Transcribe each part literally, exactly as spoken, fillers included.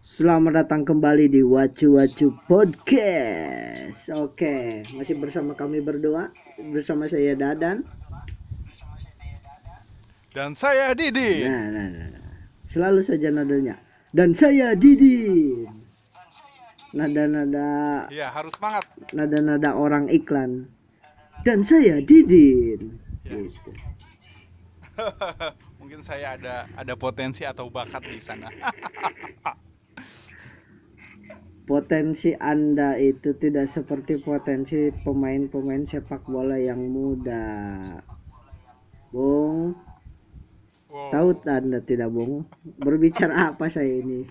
Selamat datang kembali di Wacu Wacu Podcast. Oke, masih bersama kami berdua, bersama saya Dadan. Dan saya Didi. Nah, nah, nah, nah. Selalu saja nadanya. Dan saya Didi. Nada-nada. Iya, harus semangat. Nada-nada orang iklan. Dan saya Didin. Ya. Gitu. Mungkin saya ada ada potensi atau bakat di sana. Potensi Anda itu tidak seperti potensi pemain-pemain sepak bola yang muda. Bung, Wow. tahu Anda tidak, Bung? Berbicara apa saya ini?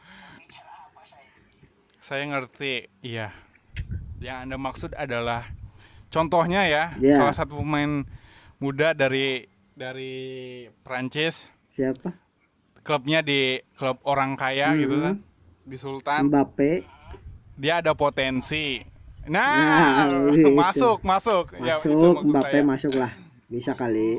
Saya ngerti, iya. Yang Anda maksud adalah contohnya ya, Ya. salah satu pemain muda dari dari Prancis. Siapa? Klubnya di klub orang kaya Hmm. gitu kan. Di Sultan. Mbappe. Dia ada potensi. Nah, Nah, gitu. masuk, masuk. Ya, itu Masuk, maksud Mbappe saya. masuklah. Bisa kali.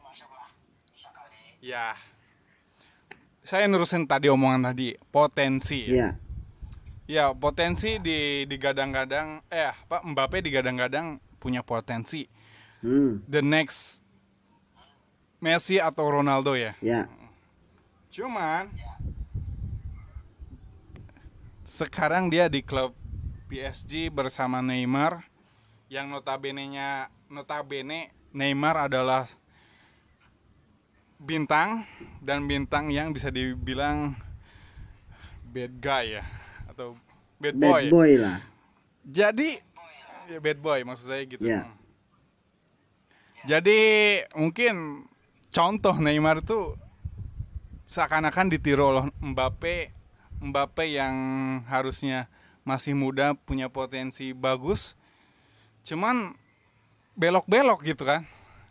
Ya. Saya nerusin tadi omongan tadi, potensi. Ya. Ya. Ya, potensi di digadang-gadang eh Pak Mbappe digadang-gadang punya potensi. Hmm. The next Messi atau Ronaldo ya. Ya. Cuman sekarang dia di klub P S G bersama Neymar yang notabene-nya notabene Neymar adalah bintang dan bintang yang bisa dibilang bad guy ya atau bad boy. Bad boy lah. Jadi ya bad boy maksud saya gitu. Ya. Jadi mungkin contoh Neymar tuh seakan-akan ditiru oleh Mbappe, Mbappe yang harusnya masih muda punya potensi bagus, cuman belok-belok gitu kan.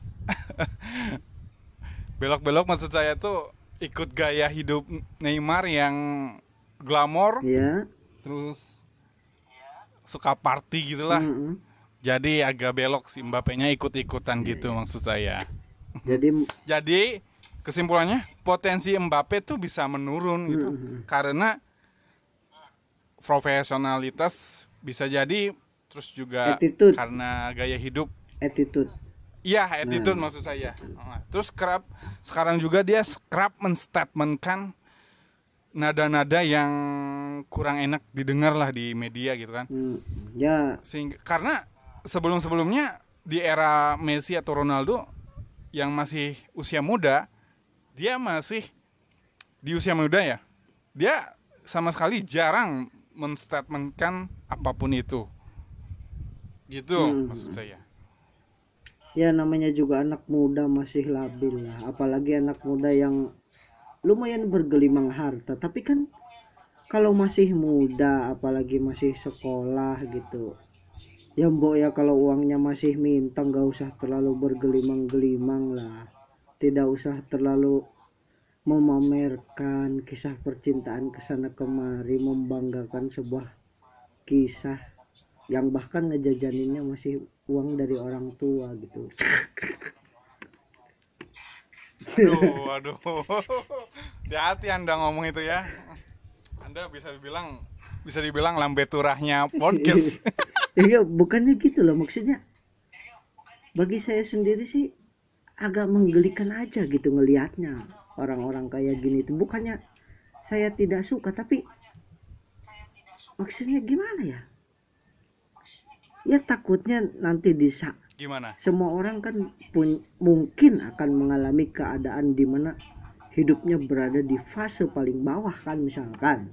Belok-belok maksud saya tuh ikut gaya hidup Neymar yang glamor, Ya. terus suka party gitulah. Mm-mm. Jadi agak belok sih Mbappe-nya ikut-ikutan gitu maksud saya. Jadi Jadi kesimpulannya potensi Mbappe tuh bisa menurun gitu Mm-mm. karena profesionalitas bisa jadi, terus juga Attitude. karena gaya hidup. attitude. Iya, attitude Nah. maksud saya. Terus kerap sekarang juga dia kerap menstatementkan nada-nada yang kurang enak didengar lah di media gitu kan. Hmm. Ya. Sehingga karena sebelum-sebelumnya di era Messi atau Ronaldo yang masih usia muda, dia masih di usia muda ya. Dia sama sekali jarang menstatementkan apapun itu. Gitu Hmm. maksud saya. Ya namanya juga anak muda masih labil lah. Apalagi anak muda yang lumayan bergelimang harta. Tapi kan kalau masih muda, apalagi masih sekolah gitu, ya mbok ya kalau uangnya masih minta nggak usah terlalu bergelimang-gelimang lah. Tidak usah terlalu memamerkan kisah percintaan kesana kemari, membanggakan sebuah kisah yang bahkan ngejajaninnya masih uang dari orang tua gitu. Aduh, aduh. Hati-hati Anda ngomong itu ya. Anda bisa dibilang bisa dibilang lambe turahnya podcast. Ya bukannya gitu loh, maksudnya bagi saya sendiri sih agak menggelikan aja gitu ngelihatnya orang-orang kayak gini itu. Bukannya saya tidak suka, tapi maksudnya gimana ya, ya takutnya nanti di sa- Gimana? semua orang kan pun mungkin akan mengalami keadaan di mana hidupnya berada di fase paling bawah kan, misalkan.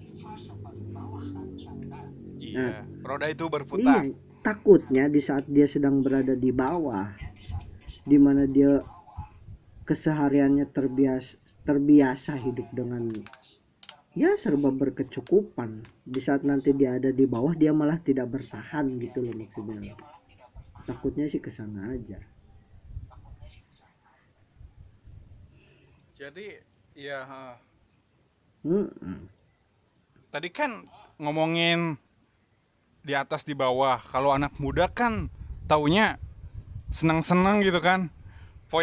Iya, roda itu berputar. Iya, takutnya di saat dia sedang berada di bawah, di mana dia kesehariannya terbiasa terbiasa hidup dengan ya serba berkecukupan, di saat nanti dia ada di bawah dia malah tidak bertahan gitu loh maksudnya. Takutnya sih kesana aja. Jadi ya Hmm. tadi kan ngomongin di atas di bawah. Kalau anak muda kan taunya senang-senang gitu kan,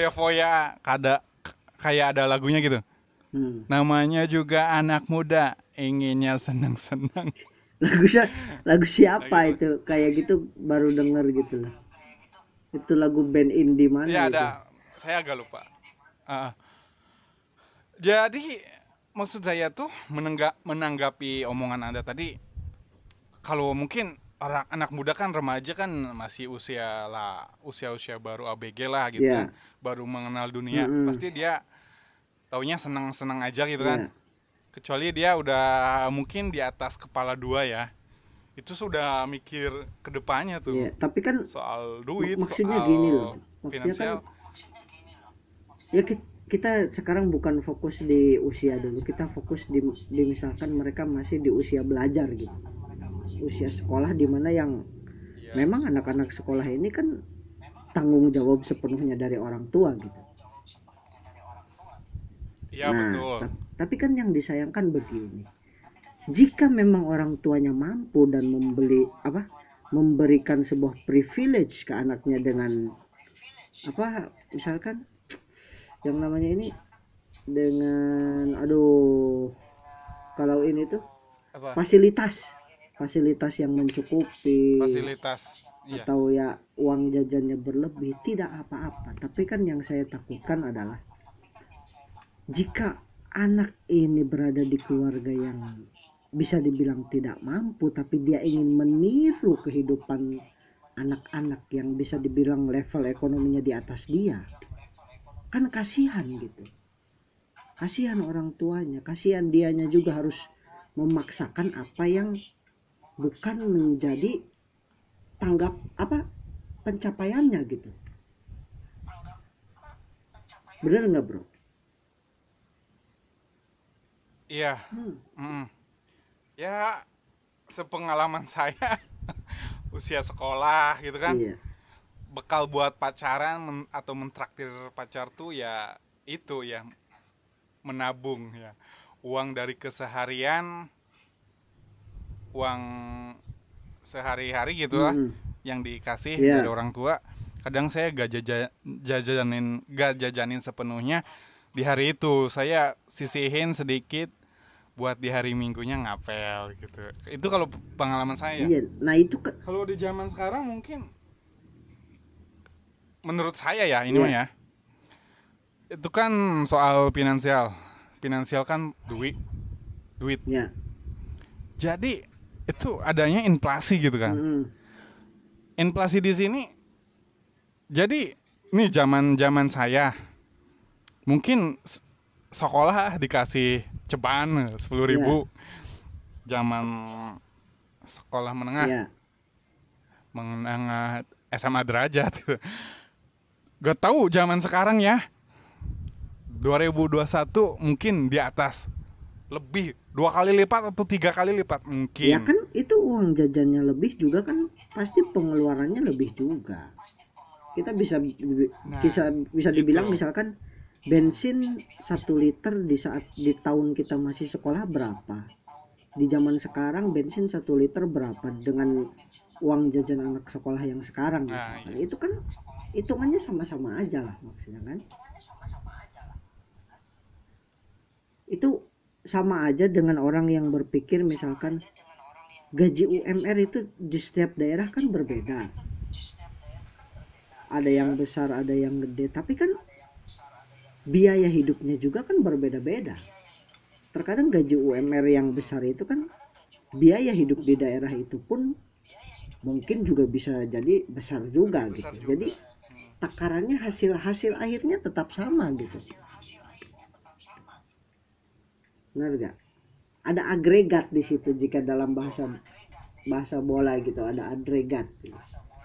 foya-foya, kada kayak ada lagunya gitu. Hmm. Namanya juga anak muda, inginnya senang-senang. Lagu si- lagu siapa Nah, gitu. itu? Kayak gitu baru denger gitu lah. Itu lagu band indie mana Ya itu? ada, saya agak lupa. Ah, jadi maksud saya tuh menengga, menanggapi omongan Anda tadi, kalau mungkin orang anak muda kan remaja kan masih usia lah, usia-usia baru A B G lah gitu kan, Ya, baru mengenal dunia. mm-mm. Pasti dia taunya senang-senang aja gitu kan. Ya, Kecuali dia udah mungkin di atas kepala dua ya. Itu sudah mikir ke depannya tuh. ya. Tapi kan Soal mak- duit, maksudnya soal gini loh. Maksudnya kan finansial. ya ki- kita sekarang bukan fokus di usia dulu. Kita fokus di, di misalkan mereka masih di usia belajar gitu. Usia sekolah di mana yang Iya. memang anak-anak sekolah ini kan tanggung jawab sepenuhnya dari orang tua gitu. Iya Nah, betul. ta- tapi kan yang disayangkan begini. Jika memang orang tuanya mampu dan membeli apa? Memberikan sebuah privilege ke anaknya dengan apa? Misalkan yang namanya ini dengan aduh kalau ini tuh Apa? fasilitas fasilitas yang mencukupi Fasilitas. Iya. atau ya uang jajannya berlebih tidak apa-apa, tapi kan yang saya takutkan adalah jika anak ini berada di keluarga yang bisa dibilang tidak mampu tapi dia ingin meniru kehidupan anak-anak yang bisa dibilang level ekonominya di atas dia, kan kasihan gitu. Kasihan orang tuanya, kasihan dianya juga harus memaksakan apa yang bukan menjadi tanggap apa pencapaiannya gitu. Benar nggak bro? Iya. Hmm, Mm. Ya sepengalaman saya usia sekolah gitu kan, iya, bekal buat pacaran men- atau mentraktir pacar tuh ya itu ya menabung ya. Uang dari keseharian, uang sehari-hari gitu lah mm-mm. yang dikasih Iya, dari orang tua. Kadang saya gak jaja- jajanin gak jajanin sepenuhnya di hari itu. Saya sisihin sedikit buat di hari Minggunya ngapel gitu. Itu kalau pengalaman saya. iya. Nah itu kan, Kalau di zaman sekarang mungkin menurut saya ya ini mah iya, ya. Itu kan soal finansial. Finansial kan duit, duit. iya, Jadi itu adanya inflasi gitu kan. mm-mm. Inflasi di sini jadi nih zaman-zaman saya mungkin s- sekolah dikasih ceban sepuluh Iya, ribu zaman sekolah menengah iya, menengah S M A derajat gitu. Gak tahu zaman sekarang ya dua ribu dua puluh satu mungkin di atas lebih dua kali lipat atau tiga kali lipat ya mungkin. kan itu uang jajannya lebih juga kan pasti pengeluarannya lebih juga. Kita bisa Nah bisa bisa dibilang itu misalkan bensin satu liter di saat di tahun kita masih sekolah berapa? Di zaman sekarang bensin satu liter berapa dengan uang jajan anak sekolah yang sekarang nah misalkan. iya. Itu kan hitungannya sama-sama aja lah maksudnya kan. Itu sama aja dengan orang yang berpikir misalkan gaji U M R itu di setiap daerah kan berbeda. Ada yang Iya. besar, ada yang gede, tapi kan biaya hidupnya juga kan berbeda-beda. Terkadang gaji U M R yang besar itu kan biaya hidup di daerah itu pun mungkin juga bisa jadi besar juga Lebih gitu. besar Jadi juga. Hmm. takarannya hasil hasil akhirnya tetap sama gitu. Benar gak? Ada agregat di situ jika dalam bahasa bahasa bola gitu ada agregat. Gitu.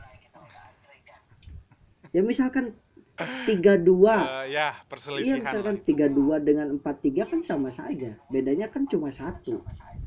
Ya misalkan tiga dua, Eh, ya iya perselisihan lah misalkan itu. tiga dua dengan empat tiga kan sama saja. Bedanya kan cuma satu.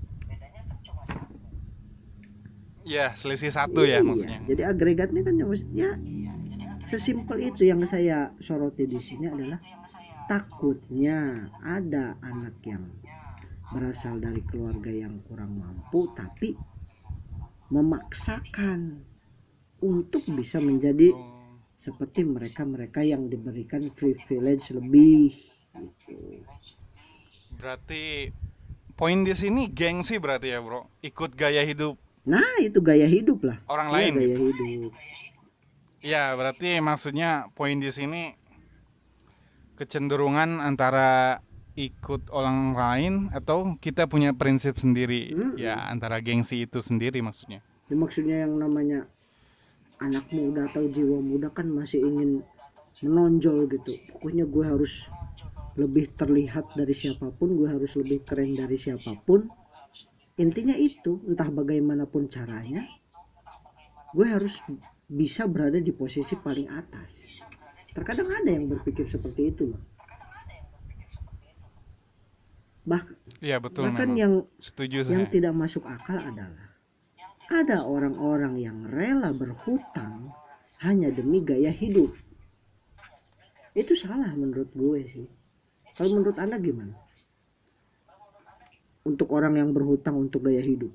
Ya selisih satu ya Iya, maksudnya. jadi agregatnya kan cuma ya sesimpel itu. Yang saya soroti di sini adalah takutnya ada anak yang berasal dari keluarga yang kurang mampu tapi memaksakan untuk bisa menjadi Oh, seperti mereka-mereka yang diberikan privilege lebih gitu. berarti poin di sini gengsi berarti ya bro, ikut gaya hidup Nah, itu gaya hidup lah. orang Iya, lain gaya gitu. hidup. Ya berarti maksudnya poin di sini kecenderungan antara ikut orang lain atau kita punya prinsip sendiri. Mm-mm. Ya antara gengsi itu sendiri maksudnya. Ya, maksudnya yang namanya anak muda atau jiwa muda kan masih ingin menonjol gitu. Pokoknya gue harus lebih terlihat dari siapapun, gue harus lebih keren dari siapapun. Intinya itu, entah bagaimanapun caranya, gue harus bisa berada di posisi paling atas. Terkadang ada yang berpikir seperti itu loh. Bah, Iya betul bahkan memang. yang Setuju yang saya. tidak masuk akal adalah ada orang-orang yang rela berhutang hanya demi gaya hidup. Itu salah menurut gue sih. Kalau menurut Anda gimana? Untuk orang yang berhutang untuk gaya hidup.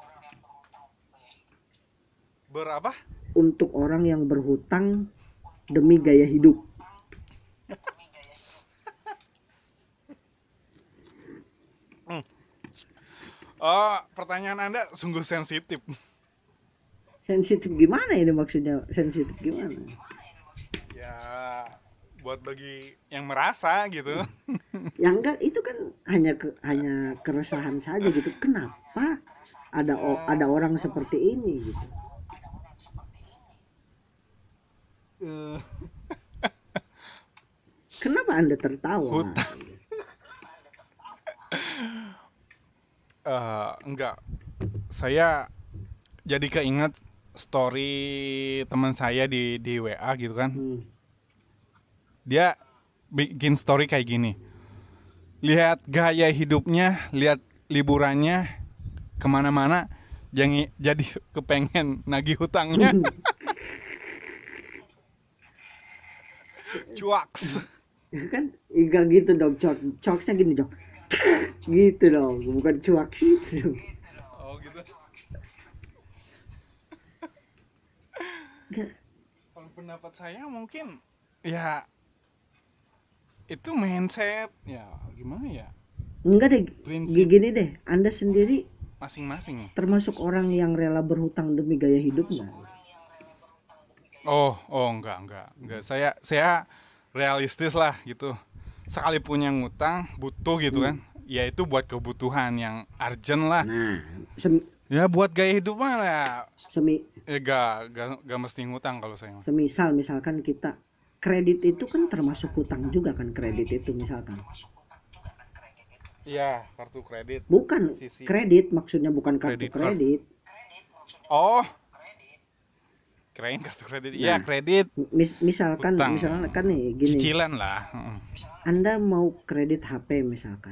Berapa? Untuk orang yang berhutang demi gaya hidup. Oh, pertanyaan Anda sungguh sensitif. Sensitif gimana ini maksudnya? Sensitif gimana? Ya, buat bagi yang merasa gitu. Ya enggak, itu kan hanya ke, hanya keresahan saja gitu. Kenapa ada o- ada orang seperti ini gitu? Eh, Kenapa Anda tertawa? Hutang. eh, enggak. Saya jadi keinget story teman saya di di W A gitu kan. Hmm. Dia bikin story kayak gini. Lihat gaya hidupnya, lihat liburannya kemana-mana, jangan jadi kepengen nagih hutangnya. Cuaks. Ya kan enggak gitu dong, cok coknya gini dong. Gitu dong, bukan cuak gitu. Oh gitu. Enggak. Kalau pendapat saya mungkin ya itu mindset ya gimana ya, Enggak deh, prinsip gini deh, Anda sendiri masing-masing. termasuk orang yang rela berhutang demi gaya hidupnya. Oh, oh enggak, enggak, enggak. Saya saya realistis lah gitu. Sekali punya ngutang butuh gitu kan. Ya itu buat kebutuhan yang urgent lah. Nah, sem- Ya buat gaya hidup mah ya, semi ya gak, gak, gak mesti ngutang kalau saya mah. semisal misalkan kita kredit itu kan termasuk hutang juga kan, kredit itu misalkan. Iya, kartu kredit. Bukan Sisi. kredit, maksudnya bukan kartu Kredit card. kredit. Oh, kirain kartu kredit. Iya, Nah, kredit. Mis- misalkan Hutang. misalkan kan nih gini, Cicilan lah. Heeh. Anda mau kredit H P misalkan.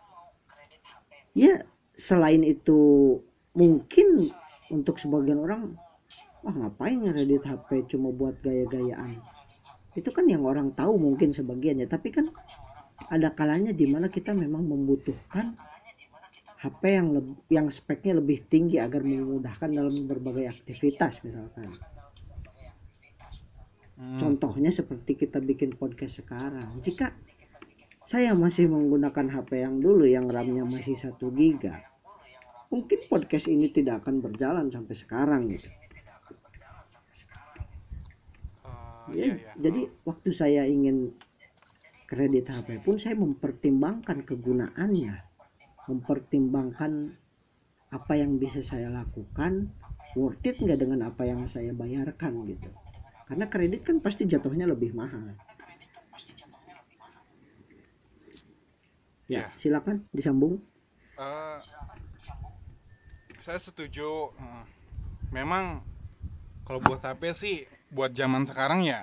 Ya, selain itu mungkin untuk sebagian orang, wah ngapain kredit H P cuma buat gaya-gayaan. Itu kan yang orang tahu mungkin sebagiannya, tapi kan ada kalanya di mana kita memang membutuhkan H P yang leb- yang speknya lebih tinggi agar memudahkan dalam berbagai aktivitas misalkan. Hmm. Contohnya seperti kita bikin podcast sekarang. Jika saya masih menggunakan H P yang dulu yang RAM-nya masih satu giga, mungkin podcast ini tidak akan berjalan sampai sekarang gitu. Oh, Ya, iya, iya. jadi waktu saya ingin kredit H P pun saya mempertimbangkan kegunaannya, mempertimbangkan apa yang bisa saya lakukan, worth it nggak dengan apa yang saya bayarkan gitu. Karena kredit kan pasti jatuhnya lebih mahal. Ya, Iya. silakan disambung. Eh, saya setuju. Eh, Memang kalau buat H P sih buat zaman sekarang ya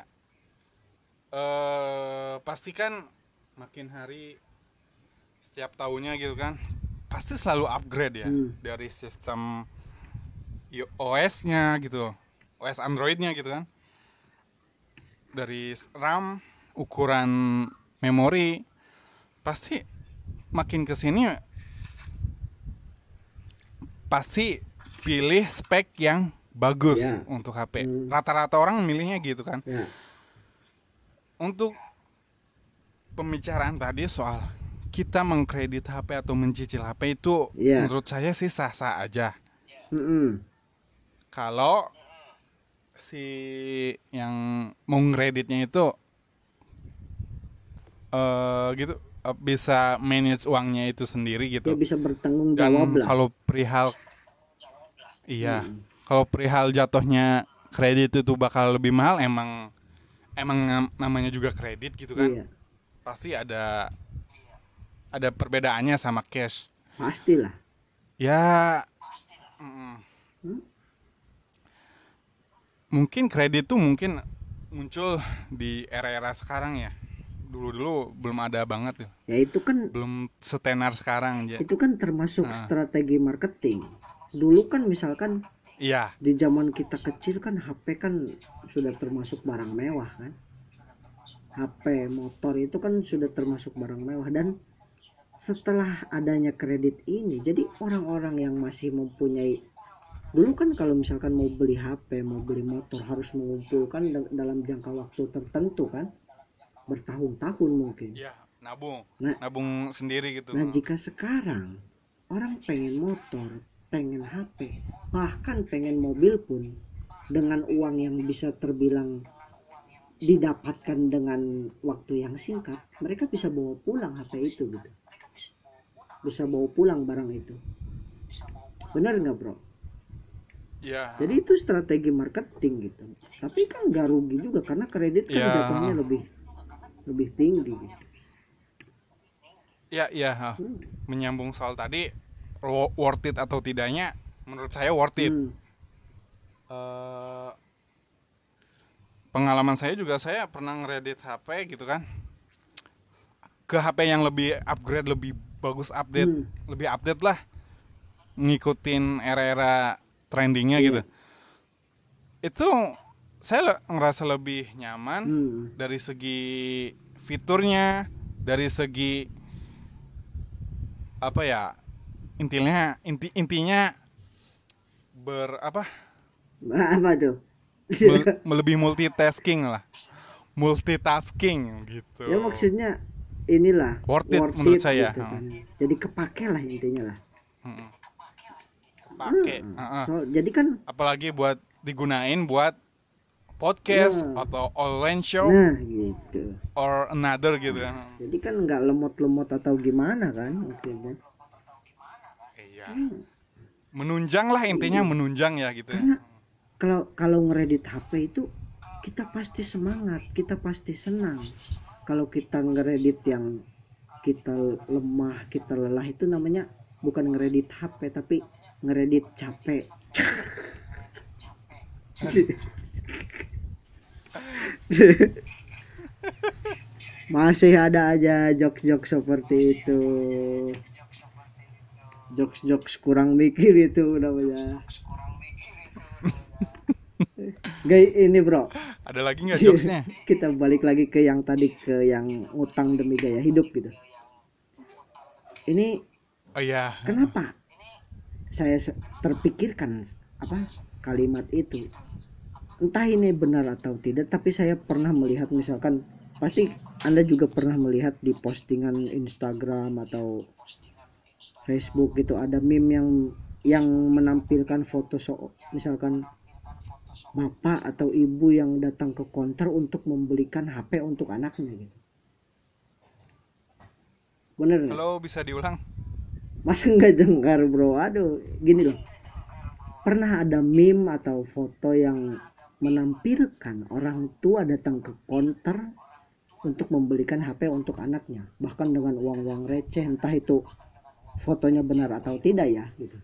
eh pasti kan makin hari setiap tahunnya gitu kan pasti selalu upgrade ya. Hmm. Dari sistem O S-nya gitu, O S Android-nya gitu kan, dari RAM, ukuran memori, pasti makin kesini pasti pilih spek yang bagus Ya. untuk H P. Hmm. Rata-rata orang milihnya gitu kan. Ya. Untuk pembicaraan tadi soal kita mengkredit H P atau mencicil H P itu Iya. menurut saya sih sah-sah aja. Mm-mm. Kalau si yang mau ngreditnya itu eh gitu eh, bisa manage uangnya itu sendiri Dia gitu. bisa bertanggung Dan jawab lah. kalau perihal iya, Mm. kalau perihal jatuhnya kredit itu bakal lebih mahal, emang emang nam- namanya juga kredit gitu kan. Iya, Pasti ada ada perbedaannya sama cash. pastilah. Ya, mm, Hmm? mungkin kredit tuh mungkin muncul di era-era sekarang ya. Dulu-dulu belum ada banget tuh. Ya itu kan Belum setenar sekarang ya. itu kan termasuk Ah. strategi marketing. Dulu kan misalkan Iya, di zaman kita kecil kan H P kan sudah termasuk barang mewah kan. H P, motor itu kan sudah termasuk barang mewah, dan setelah adanya kredit ini, jadi orang-orang yang masih mempunyai, dulu kan kalau misalkan mau beli H P, mau beli motor harus mengumpulkan da- dalam jangka waktu tertentu kan, bertahun-tahun mungkin. iya, nabung. Nah, Nabung sendiri gitu. nah jika sekarang orang pengen motor, pengen H P, bahkan pengen mobil pun dengan uang yang bisa terbilang didapatkan dengan waktu yang singkat, mereka bisa bawa pulang H P itu gitu. Bisa bawa pulang barang itu. Benar nggak bro? Iya. Jadi itu strategi marketing gitu. Tapi kan nggak rugi juga karena kredit kan Ya. jatuhnya lebih lebih tinggi gitu. Iya, iya. ah. Hmm. Menyambung soal tadi, wo- worth it atau tidaknya, menurut saya worth it. Hmm. Eh, pengalaman saya juga, saya pernah ngeredit H P gitu kan, ke H P yang lebih upgrade, lebih bagus, update, Hmm. lebih update lah, ngikutin era-era trendingnya Iya. gitu. Itu saya le- ngerasa lebih nyaman Hmm. dari segi fiturnya, dari segi apa ya, intinya inti intinya ber apa Apa tuh? mel- lebih multitasking lah, multitasking gitu. Ya maksudnya inilah Worth it menurut saya. gitu kan. Jadi kepake lah intinya lah. Mm-mm. Pakai, Hmm. uh-uh. So, jadi kan apalagi buat digunain buat podcast Nah. atau online show nah gitu. or another gitu kan. Jadi kan nggak lemot-lemot atau gimana kan maksudnya. Iya. Hmm. Menunjang lah intinya, menunjang ya gitu. Karena kalau kalau ngeredit H P itu kita pasti semangat, kita pasti senang. Kalau kita ngeredit yang kita lemah, kita lelah, itu namanya bukan ngeredit H P tapi ngeredit capek. Masih ada aja jokes-jokes seperti itu. Jokes-jokes kurang mikir itu namanya. Gay ini bro, Ada lagi nggak jokesnya? kita balik lagi ke yang tadi, ke yang utang demi gaya hidup gitu. Ini Oh iya. kenapa saya se- terpikirkan apa kalimat itu? Entah ini benar atau tidak, tapi saya pernah melihat, misalkan pasti Anda juga pernah melihat di postingan Instagram atau Facebook gitu, ada meme yang yang menampilkan foto so, misalkan bapak atau ibu yang datang ke konter untuk membelikan H P untuk anaknya gitu. Bener nggak? Halo, bisa diulang? Masa nggak dengar bro? Aduh, gini loh. Pernah ada meme atau foto yang menampilkan orang tua datang ke konter untuk membelikan H P untuk anaknya, bahkan dengan uang-uang receh, entah itu fotonya benar atau tidak ya gitu.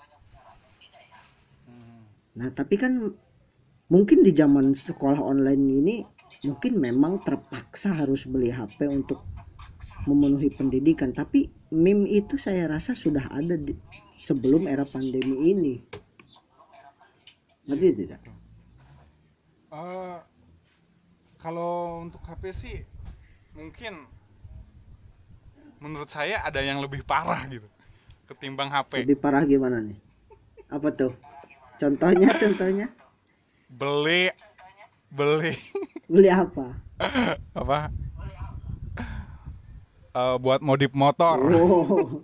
Nah tapi kan mungkin di zaman sekolah online ini mungkin memang terpaksa harus beli H P untuk memenuhi pendidikan, tapi meme itu saya rasa sudah ada di, sebelum era pandemi ini. Ngerti tidak? Eh, kalau untuk H P sih mungkin menurut saya ada yang lebih parah gitu ketimbang H P. Lebih parah gimana nih? Apa tuh? Contohnya, contohnya? Beli beli Beli apa? apa? eh, buat modif motor. Oh.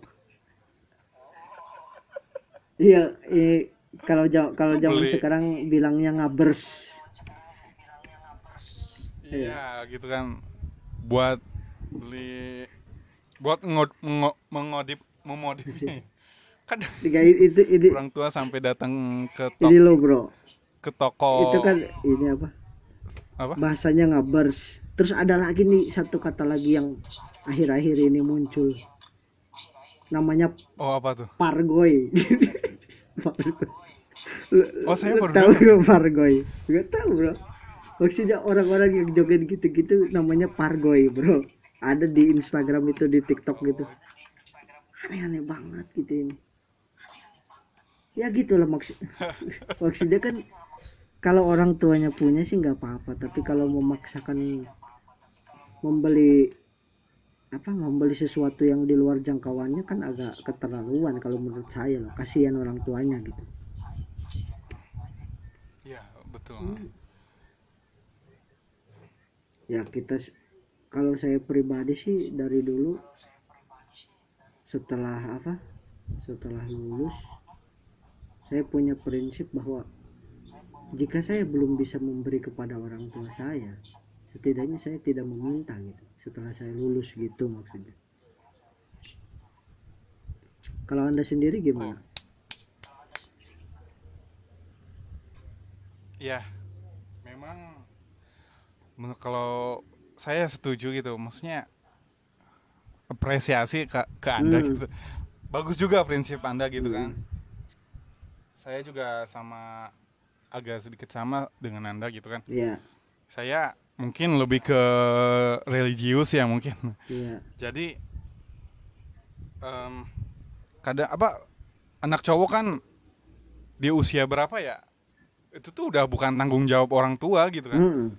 Iya, eh, kalau ja- kalau Itu zaman beli, sekarang bilangnya ngabers. Iya. iya gitu kan, buat beli, buat ngo- mengo- mengodif, memodifnya. Kan Tiga itu ini orang tua sampai datang ke tok ini loh bro. ke toko Itu kan ini apa? apa? Bahasanya ngabers. Terus ada lagi nih satu kata lagi yang akhir-akhir ini muncul. Namanya Oh apa tuh? pargoy. Pargoy. Lu, Oh saya lu baru tahu dengar. nggak pargoy? Gak tahu bro. Maksudnya orang-orang yang joget gitu-gitu namanya pargoy bro. Ada di Instagram itu, di TikTok gitu. Aneh-aneh banget gitu ini. Ya gitulah maksud maksudnya kan kalau orang tuanya punya sih nggak apa-apa, tapi kalau memaksakan membeli apa membeli sesuatu yang di luar jangkauannya kan agak keterlaluan kalau menurut saya loh. Kasihan orang tuanya gitu. Iya betul. Ya kita s- kalau saya pribadi sih dari dulu setelah apa setelah lulus saya punya prinsip bahwa jika saya belum bisa memberi kepada orang tua saya, setidaknya saya tidak meminta gitu setelah saya lulus gitu maksudnya. Kalau Anda sendiri Oh gimana? iya, memang menurut, kalau saya setuju gitu, maksudnya apresiasi ke, ke Anda Hmm. gitu. Bagus juga prinsip Anda gitu kan. Hmm. Saya juga sama, agak sedikit sama dengan Anda gitu kan. Ya, Saya mungkin lebih ke religius ya mungkin. ya. Jadi em, kadang apa, anak cowok kan di usia berapa ya? Itu tuh udah bukan tanggung jawab orang tua gitu kan. Hmm.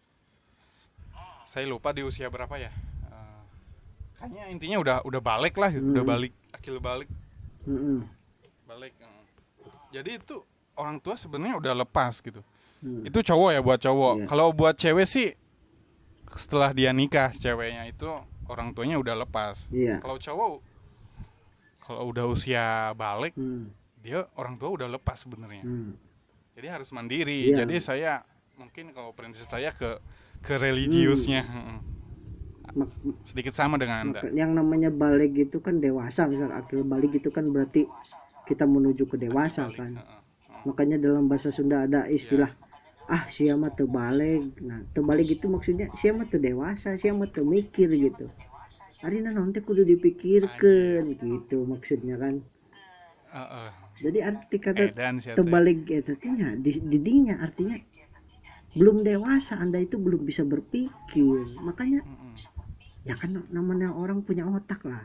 Saya lupa di usia berapa ya. Eh, kayaknya intinya udah udah balik lah, Hmm. udah balik, akil balik, Hmm. balik. eh. Jadi itu orang tua sebenarnya udah lepas gitu. Hmm. Itu cowok ya, buat cowok. Iya. Kalau buat cewek sih setelah dia nikah ceweknya itu orang tuanya udah lepas. Iya. Kalau cowok, kalau udah usia balik Hmm. dia orang tua udah lepas sebenarnya. Hmm. Jadi harus mandiri. Iya. Jadi saya mungkin kalau prinsip saya ke ke religiusnya. Hmm. Mm. Mak- Sedikit sama dengan Anda. maka- yang namanya balik gitu kan dewasa, misal akil balik itu kan berarti kita menuju ke dewasa Balik, kan. heeh, heeh. Makanya dalam bahasa Sunda ada istilah ah siapa tuh balik. Nah terbalik itu maksudnya siapa tuh dewasa, siapa tuh mikir gitu. Arina nanti kudu dipikirkan gitu maksudnya kan. Heeh. Jadi arti kata Edan sih atuh ya. terbalik itu artinya di didinya artinya belum dewasa, Anda itu belum bisa berpikir. Makanya Mm-mm. ya kan namanya orang punya otak lah.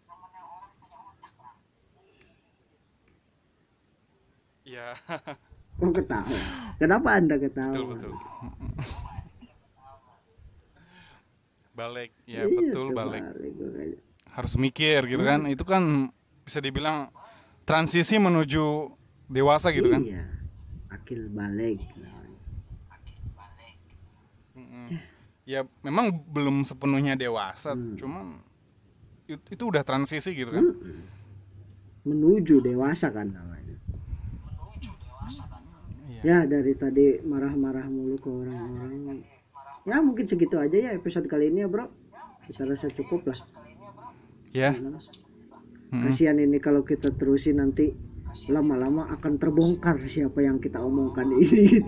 Iya, Kok ketawa? Kenapa Anda ketawa? betul betul. Mm-mm. Balik, ya Iya, betul terbalik, balik. makanya. Harus mikir gitu kan. Itu kan bisa dibilang transisi menuju dewasa gitu kan. Iya, akil balik. Mm-mm. Ya memang belum sepenuhnya dewasa, Hmm. cuman itu, itu udah transisi gitu kan. Mm-mm. Menuju dewasa kan namanya. Iya. Ya dari tadi marah-marah mulu ke orang-orang. Ya mungkin segitu aja ya episode kali ini ya bro. Kita rasa cukup lah. Ya. Hmm. Mm-mm. Kasihan ini kalau kita terusin nanti lama-lama akan terbongkar siapa yang kita omongkan ini.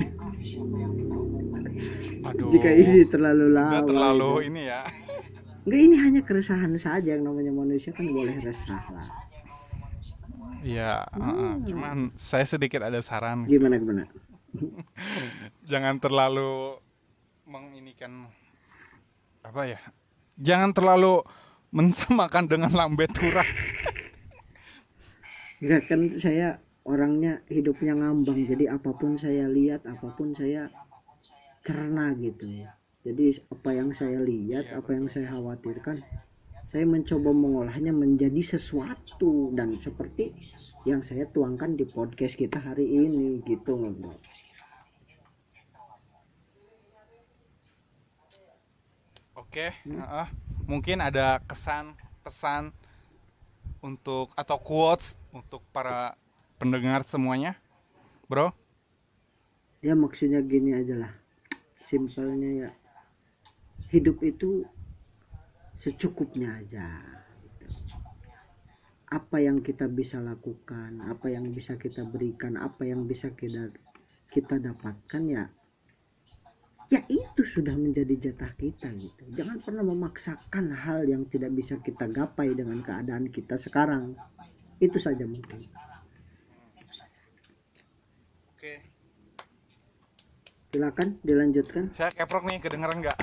Aduh. Jika ini terlalu lama. Udah terlalu gitu. ini ya. Enggak, ini hanya keresahan saja, yang namanya manusia kan boleh resah lah. Iya, heeh. Cuman saya sedikit ada saran. Gimana gimana? Jangan terlalu menginikan apa ya? Jangan terlalu mensamakan dengan lambe turah. Enggak kan saya orangnya hidupnya ngambang, jadi apapun saya lihat, apapun saya cerna gitu. Jadi apa yang saya lihat, Iya, apa yang saya khawatirkan, saya mencoba mengolahnya menjadi sesuatu dan seperti yang saya tuangkan di podcast kita hari ini gitu bro. Oke, heeh. mungkin ada kesan pesan untuk atau quotes untuk para pendengar semuanya, bro? Ya maksudnya gini aja lah, simpelnya ya, hidup itu secukupnya aja gitu. Apa yang kita bisa lakukan, apa yang bisa kita berikan, apa yang bisa kita kita dapatkan ya ya itu sudah menjadi jatah kita gitu. Jangan pernah memaksakan hal yang tidak bisa kita gapai dengan keadaan kita sekarang. Itu saja mungkin. Oke. Silakan dilanjutkan. Saya keprok nih, kedengeran nggak?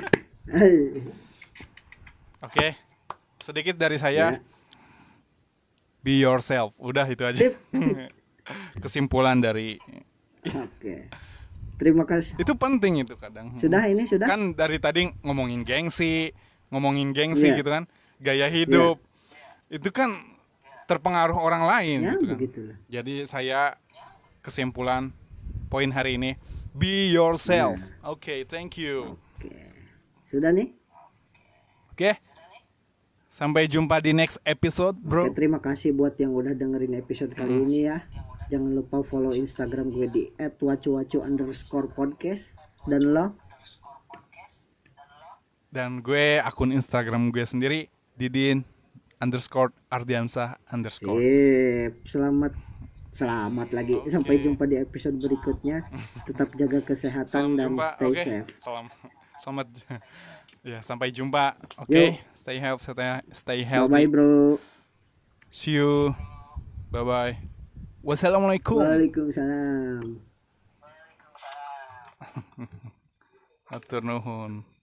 Oke, sedikit dari saya. Ya. Be yourself, udah itu aja. Sip. Kesimpulan dari Oke. Terima kasih. itu penting itu kadang. Sudah ini sudah. Kan dari tadi ngomongin gengsi, ngomongin gengsi Iya. gitu kan, gaya hidup. Itu kan terpengaruh orang lain Ya gitu kan. begitulah. Jadi saya kesimpulan poin hari ini, be yourself. Oke, thank you. Oke. Sudah nih. Oke. Sampai jumpa di next episode, bro. Oke, terima kasih buat yang udah dengerin episode kali ini ya. Jangan lupa follow Instagram gue di et wacuwacu underscore podcast. Dan lo? Dan gue akun Instagram gue sendiri, Didin underscore Ardiansa underscore. Sip. Selamat Selamat lagi. Oke. Sampai jumpa di episode berikutnya. Tetap jaga kesehatan Salam dan jumpa. stay Oke. safe. Salam. Selamat. Ya, sampai jumpa. Oke. Yuk. Stay healthy, stay, stay Bye healthy. bye bro. See you. Bye bye. Wassalamualaikum. Waalaikumsalam. Atur nuhun.